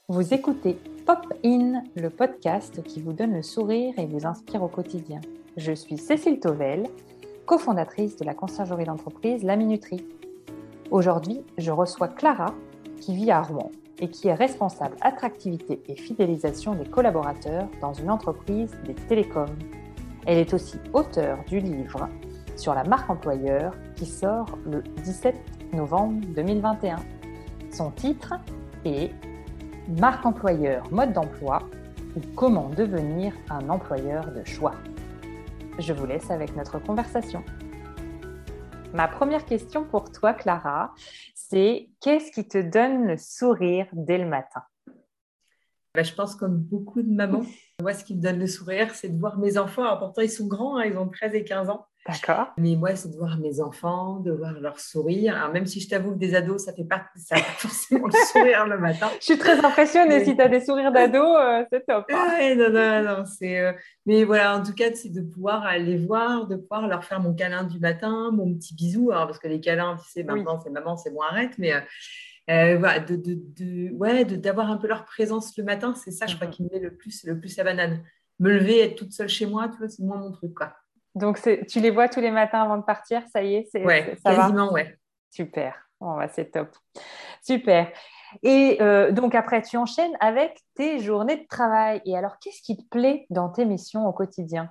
Vous écoutez Pop In, le podcast qui vous donne le sourire et vous inspire au quotidien. Je suis Cécile Tovel, cofondatrice de la conciergerie d'entreprise La Minuterie. Aujourd'hui, je reçois Clara, qui vit à Rouen et qui est responsable attractivité et fidélisation des collaborateurs dans une entreprise des télécoms. Elle est aussi auteure du livre sur la marque employeur qui sort le 17 novembre 2021. Son titre est Marque employeur, mode d'emploi ou comment devenir un employeur de choix. Je vous laisse avec notre conversation. Ma première question pour toi, Clara, c'est qu'est-ce qui te donne le sourire dès le matin? Je pense comme beaucoup de mamans, moi ce qui me donne le sourire, c'est de voir mes enfants. Alors pourtant ils sont grands, hein, ils ont 13 et 15 ans. D'accord. Mais moi, c'est de voir mes enfants, de voir leur sourire. Alors même si je t'avoue que des ados, ça fait pas forcément le sourire le matin. Je suis très impressionnée. Mais... Si tu as des sourires d'ado, c'est top. Hein. Ouais, non, mais voilà, en tout cas, c'est de pouvoir les voir, de pouvoir leur faire mon câlin du matin, mon petit bisou. Alors, parce que les câlins, tu sais, Oui. maintenant, c'est maman, c'est bon, arrête. Mais voilà, d'avoir un peu leur présence le matin, c'est ça, je crois, qui me met le plus la banane. Me lever, être toute seule chez moi, tu vois, c'est moins mon truc, quoi. Donc, tu les vois tous les matins avant de partir, ça y est, Ouais, ça va? quasiment, ouais. Super. Bon, bah, c'est top. Super. Et donc, après, tu enchaînes avec tes journées de travail. Et alors, qu'est-ce qui te plaît dans tes missions au quotidien?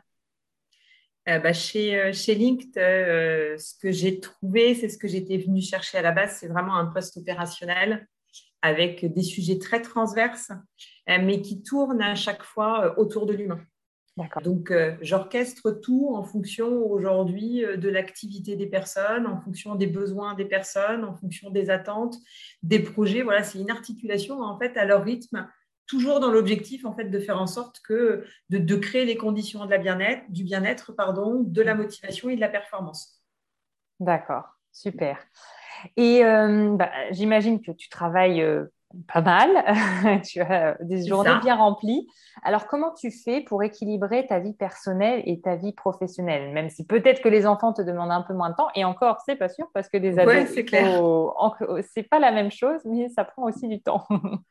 Chez Linked, ce que j'ai trouvé, c'est ce que j'étais venue chercher à la base, c'est vraiment un poste opérationnel avec des sujets très transverses, mais qui tournent à chaque fois autour de l'humain. D'accord. Donc, j'orchestre tout en fonction aujourd'hui de l'activité des personnes, en fonction des besoins des personnes, en fonction des attentes, des projets. Voilà, c'est une articulation en fait à leur rythme, toujours dans l'objectif en fait de faire en sorte que de créer les conditions de la bien-être, du bien-être, pardon, de la motivation et de la performance. D'accord. Super. Et j'imagine que tu travailles pas mal, tu as des C'est journées bien ça. remplies. Alors, comment tu fais pour équilibrer ta vie personnelle et ta vie professionnelle? Même si peut-être que les enfants te demandent un peu moins de temps, et encore, c'est pas sûr, parce que des Ouais, ados, c'est clair. c'est pas la même chose, mais ça prend aussi du temps.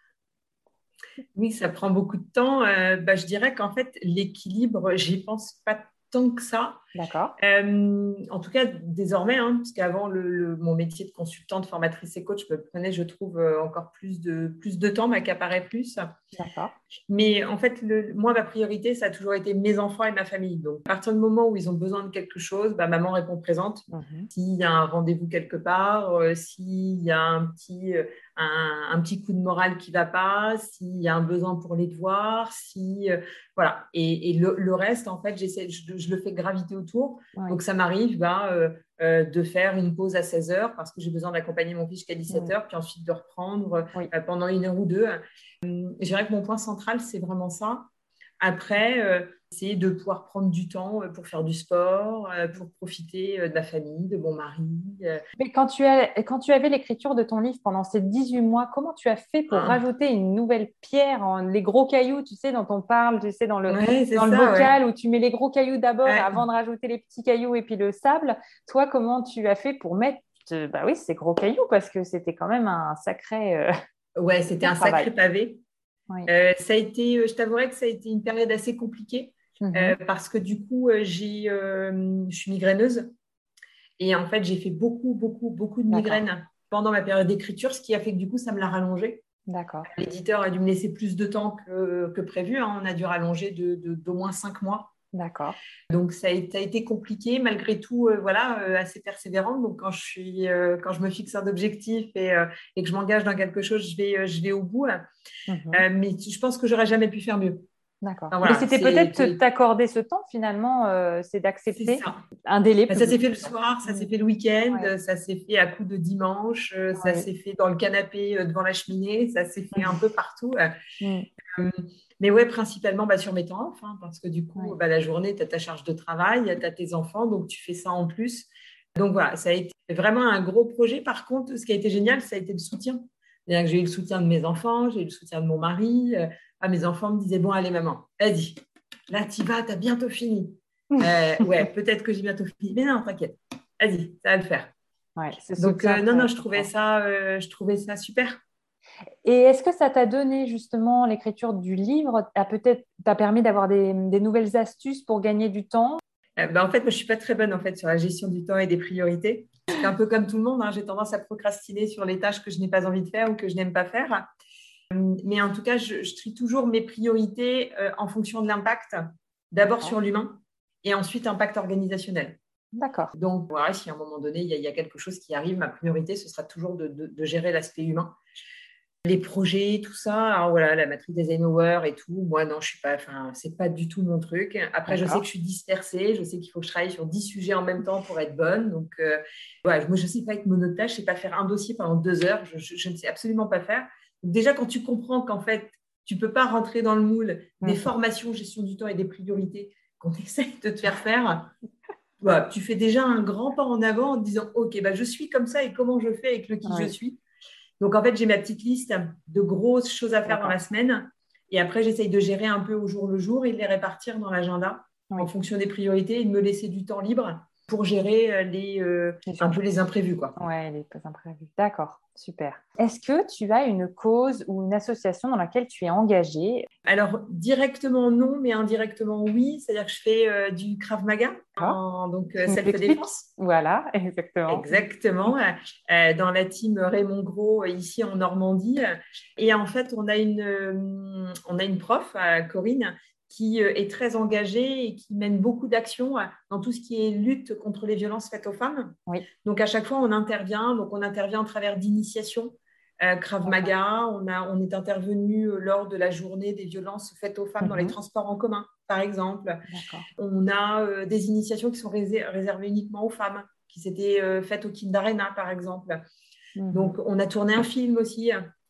Oui, ça prend beaucoup de temps. Je dirais qu'en fait, l'équilibre, j'y pense pas tant que ça. D'accord, En tout cas, désormais, hein, parce qu'avant, mon métier de consultante, formatrice et coach me prenait, je trouve, encore plus de temps, m'accaparait plus. d'accord. Mais en fait, moi, ma priorité, ça a toujours été mes enfants et ma famille. Donc, à partir du moment où ils ont besoin de quelque chose, maman répond présente. Mhm. S'il y a un rendez-vous quelque part, s'il y a un petit coup de morale qui ne va pas, s'il y a un besoin pour les devoirs, voilà. Et le reste, en fait, je le fais graviter autour. Oui. Donc, ça m'arrive de faire une pause à 16 heures parce que j'ai besoin d'accompagner mon fils jusqu'à 17 Mhm. heures, puis ensuite de reprendre Oui. pendant 1 heure ou 2. Je dirais que mon point central, c'est vraiment ça. Après, c'est de pouvoir prendre du temps pour faire du sport, pour profiter de ma famille, de mon mari. Mais quand tu avais l'écriture de ton livre pendant ces 18 mois, comment tu as fait pour Ah. rajouter une nouvelle pierre, les gros cailloux, tu sais, dont on parle, tu sais, Ouais, c'est dans le ça, ouais. bocal où tu mets les gros cailloux d'abord Ouais, avant de rajouter les petits cailloux et puis le sable. Toi, comment tu as fait pour mettre, bah oui, ces gros cailloux parce que c'était quand même un sacré ouais, c'était un travail. sacré pavé. Oui. Je t'avouerai que ça a été une période assez compliquée Mhm. parce que du coup, je suis migraineuse et en fait, j'ai fait beaucoup de D'accord, migraines pendant ma période d'écriture, ce qui a fait que du coup, ça me l'a rallongé. d'accord. L'éditeur a dû me laisser plus de temps que prévu, hein. On a dû rallonger d'au moins 5 mois. D'accord. Donc, ça a été compliqué, malgré tout, voilà, assez persévérante. Donc, quand je me fixe un objectif et que je m'engage dans quelque chose, je vais au bout. Mhm. Mais je pense que j'aurais jamais pu faire mieux. D'accord. Enfin, Mais voilà, c'était peut-être t'accorder ce temps finalement, c'est c'est d'accepter ça. un délai Ça plus. s'est fait le soir, ça s'est Mhm. fait le week-end, Ouais. ça s'est fait à coup de dimanche, ça Oui. s'est fait dans le canapé devant la cheminée, ça s'est fait un peu partout. Mhm. Euh, Mais ouais, principalement sur mes temps off, hein, parce que du coup, Oui. la journée, tu as ta charge de travail, tu as tes enfants, donc tu fais ça en plus. Donc voilà, ça a été vraiment un gros projet. Par contre, ce qui a été génial, ça a été le soutien. C'est-à-dire que j'ai eu le soutien de mes enfants, j'ai eu le soutien de mon mari. Mes enfants me disaient, bon, allez, maman, vas-y, là, tu vas, tu as bientôt fini. Ouais, peut-être que j'ai bientôt fini, mais non, t'inquiète, vas-y, ça va le faire. Ouais, ce Donc, soutien non, très non, important. je trouvais ça super. Et est-ce que ça t'a donné justement l'écriture du livre, t'a permis d'avoir des nouvelles astuces pour gagner du temps? En fait, moi, je suis pas très bonne en fait sur la gestion du temps et des priorités. C'est un peu comme tout le monde, hein. J'ai tendance à procrastiner sur les tâches que je n'ai pas envie de faire ou que je n'aime pas faire. Mais en tout cas, je trie toujours mes priorités en fonction de l'impact, d'abord sur l'humain et ensuite impact organisationnel. D'accord. Donc, voilà, si à un moment donné, il y a quelque chose qui arrive, ma priorité, ce sera toujours de gérer l'aspect humain. Les projets, tout ça, alors voilà, la matrice d'Eisenhower et tout, moi, non, je suis pas, enfin, c'est pas du tout mon truc. Après, je sais que je suis dispersée, je sais qu'il faut que je travaille sur 10 sujets en même temps pour être bonne. Donc, moi, je sais pas être monotache, je sais pas faire un dossier pendant 2 heures, je ne sais absolument pas faire. Donc, déjà, quand tu comprends qu'en fait, tu peux pas rentrer dans le moule des formations, gestion du temps et des priorités qu'on essaye de te faire faire, tu fais déjà un grand pas en avant en te disant, OK, je suis comme ça et comment je fais avec le qui je suis. Donc, en fait, j'ai ma petite liste de grosses choses à faire dans la semaine. Et après, j'essaye de gérer un peu au jour le jour et de les répartir dans l'agenda en fonction des priorités et de me laisser du temps libre pour gérer un peu les imprévus, quoi. Ouais, les imprévus. D'accord, super. Est-ce que tu as une cause ou une association dans laquelle tu es engagée? Alors, directement non, mais indirectement oui. C'est-à-dire que je fais du Krav Maga, donc self-défense. Voilà, exactement. Exactement. Dans la team Raymond Gros, ici en Normandie. Et en fait, on a une prof, Corinne, qui est très engagée et qui mène beaucoup d'actions dans tout ce qui est lutte contre les violences faites aux femmes. Oui. Donc, à chaque fois, on intervient. Donc, on intervient à travers d'initiations. Krav Maga, on est intervenu lors de la journée des violences faites aux femmes dans les transports en commun, par exemple. On a des initiations qui sont réservées uniquement aux femmes, qui s'étaient faites au Kind Arena, par exemple. Donc, on a tourné un film aussi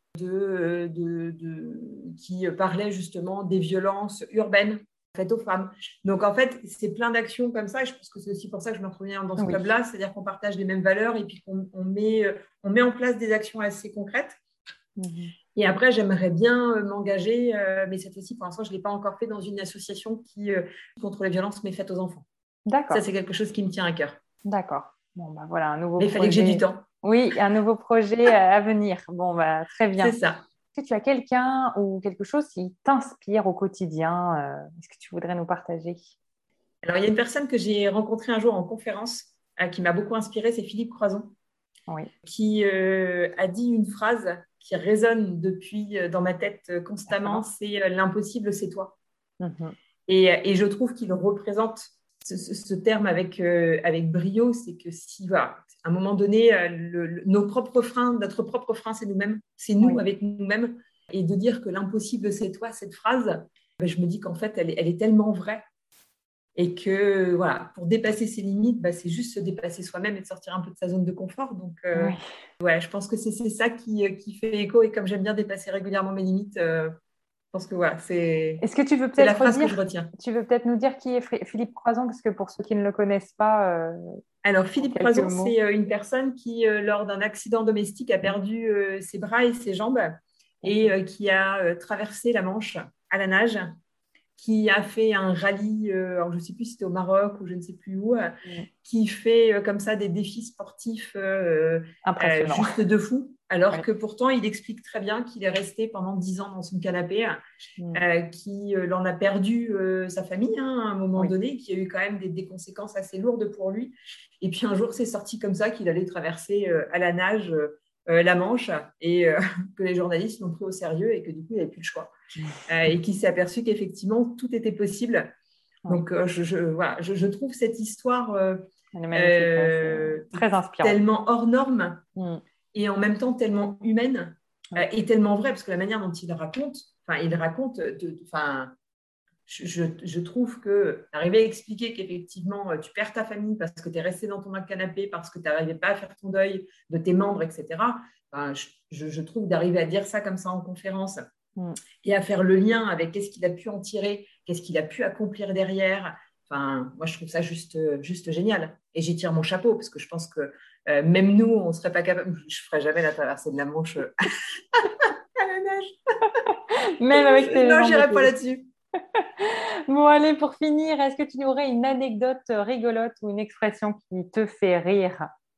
qui parlait justement des violences urbaines faites aux femmes. Donc, en fait, c'est plein d'actions comme ça. Et je pense que c'est aussi pour ça que je me retrouve bien dans ce club-là. C'est-à-dire qu'on partage les mêmes valeurs et puis qu'on met en place des actions assez concrètes. Et après, j'aimerais bien m'engager, mais cette fois-ci, pour l'instant, je ne l'ai pas encore fait dans une association qui contre les violences mais faites aux enfants. D'accord. Ça, c'est quelque chose qui me tient à cœur. D'accord. Bon, voilà, un nouveau projet. Mais il fallait que j'ai du temps. Oui, un nouveau projet à venir. Bon, très bien. C'est ça. Est-ce que tu as quelqu'un ou quelque chose qui t'inspire au quotidien? Est-ce que tu voudrais nous partager? Alors, il y a une personne que j'ai rencontrée un jour en conférence qui m'a beaucoup inspirée, c'est Philippe Croison, qui a dit une phrase qui résonne depuis dans ma tête constamment, c'est « l'impossible, c'est toi ». Et je trouve qu'il représente ce terme avec brio, c'est que si, voilà, à un moment donné, notre propre frein, c'est nous-mêmes, c'est nous avec nous-mêmes. Et de dire que l'impossible, c'est toi, cette phrase, je me dis qu'en fait, elle est tellement vraie. Et que, voilà, pour dépasser ses limites, c'est juste se dépasser soi-même et de sortir un peu de sa zone de confort. Donc, je pense que c'est ça qui fait écho. Et comme j'aime bien dépasser régulièrement mes limites, je pense que voilà, c'est la phrase que je retiens. Tu veux peut-être nous dire qui est Philippe Croison, parce que pour ceux qui ne le connaissent pas... Alors, Philippe Croison, c'est une personne qui, lors d'un accident domestique, a perdu ses bras et ses jambes et qui a traversé la Manche à la nage, qui a fait un rallye, alors je ne sais plus si c'était au Maroc ou je ne sais plus où, qui fait comme ça des défis sportifs juste de fou, alors que pourtant, il explique très bien qu'il est resté pendant 10 ans dans son canapé, qu'il en a perdu sa famille à un moment donné, qu'il y a eu quand même des conséquences assez lourdes pour lui. Et puis un jour, c'est sorti comme ça qu'il allait traverser à la nage la Manche et que les journalistes l'ont pris au sérieux et que du coup, il n'avait plus le choix. Et qui s'est aperçu qu'effectivement, tout était possible. Donc, je trouve cette histoire très inspirante, tellement hors norme et en même temps tellement humaine et tellement vraie, parce que la manière dont il raconte, je trouve que d'arriver à expliquer qu'effectivement, tu perds ta famille parce que tu es resté dans ton canapé, parce que tu n'arrivais pas à faire ton deuil de tes membres, etc. Je trouve d'arriver à dire ça comme ça en conférence et à faire le lien avec qu'est-ce qu'il a pu en tirer, qu'est-ce qu'il a pu accomplir derrière. Enfin, moi, je trouve ça juste génial. Et j'y tire mon chapeau parce que je pense que même nous, on ne serait pas capable. Je ne ferais jamais la traversée de la Manche à la nage. Même avec tes non, je n'irai pas là-dessus. Bon, allez, pour finir, est-ce que tu aurais une anecdote rigolote ou une expression qui te fait rire?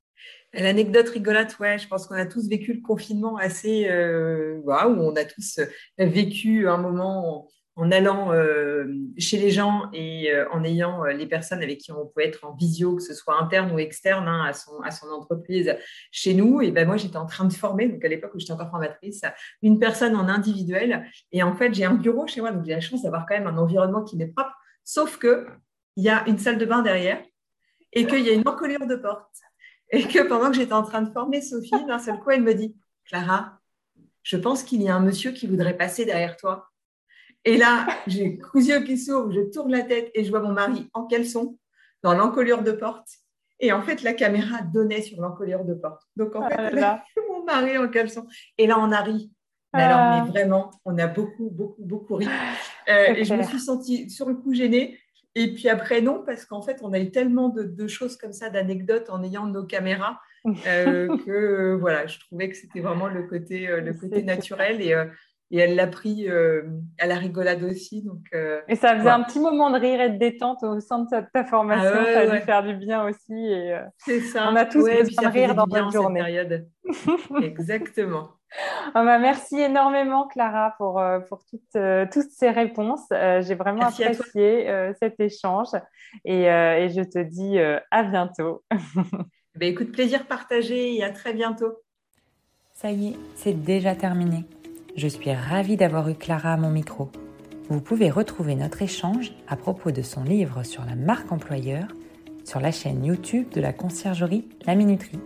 L'anecdote rigolote, ouais, je pense qu'on a tous vécu le confinement assez, où on a tous vécu un moment en allant chez les gens et en ayant les personnes avec qui on peut être en visio, que ce soit interne ou externe, hein, à son entreprise chez nous. Et ben moi, j'étais en train de former, donc à l'époque où j'étais encore formatrice, une personne en individuel. Et en fait, j'ai un bureau chez moi, donc j'ai la chance d'avoir quand même un environnement qui m'est propre, sauf que il y a une salle de bain derrière et qu'il y a une encolure de porte. Et que pendant que j'étais en train de former Sophie, d'un seul coup, elle me dit, Clara, je pense qu'il y a un monsieur qui voudrait passer derrière toi. Et là, j'ai les yeux qui s'ouvrent, je tourne la tête et je vois mon mari en caleçon dans l'encolure de porte. Et en fait, la caméra donnait sur l'encolure de porte. Donc, en fait, on a vu mon mari en caleçon. Et là, on a ri. Mais alors, mais vraiment, on a beaucoup, beaucoup, beaucoup ri. Et je me suis sentie sur le coup gênée. Et puis après, non, parce qu'en fait, on a eu tellement de choses comme ça, d'anecdotes en ayant nos caméras, que voilà, je trouvais que c'était vraiment le côté naturel. Et elle l'a pris à la rigolade aussi. Donc, et ça faisait un petit moment de rire et de détente au sein de ta formation. Ça a dû faire du bien aussi. Et, c'est ça. On a tous Ouais, puis besoin ça de rire faisait dans du bien notre en cette journée. période. Exactement. Merci énormément, Clara, pour toutes ces réponses. J'ai vraiment Merci à toi. apprécié cet échange et je te dis à bientôt. Ben, écoute, plaisir partagé et à très bientôt. Ça y est, c'est déjà terminé. Je suis ravie d'avoir eu Clara à mon micro. Vous pouvez retrouver notre échange à propos de son livre sur la marque employeur sur la chaîne YouTube de la conciergerie La Minuterie.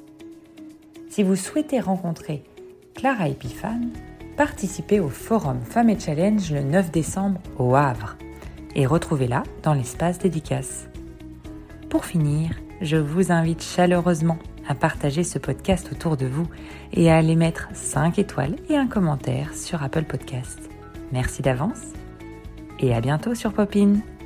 Si vous souhaitez rencontrer Clara Epiphane, participez au forum Femmes et Challenge le 9 décembre au Havre et retrouvez-la dans l'espace dédicace. Pour finir, je vous invite chaleureusement à partager ce podcast autour de vous et à aller mettre 5 étoiles et un commentaire sur Apple Podcasts. Merci d'avance et à bientôt sur Pop-In.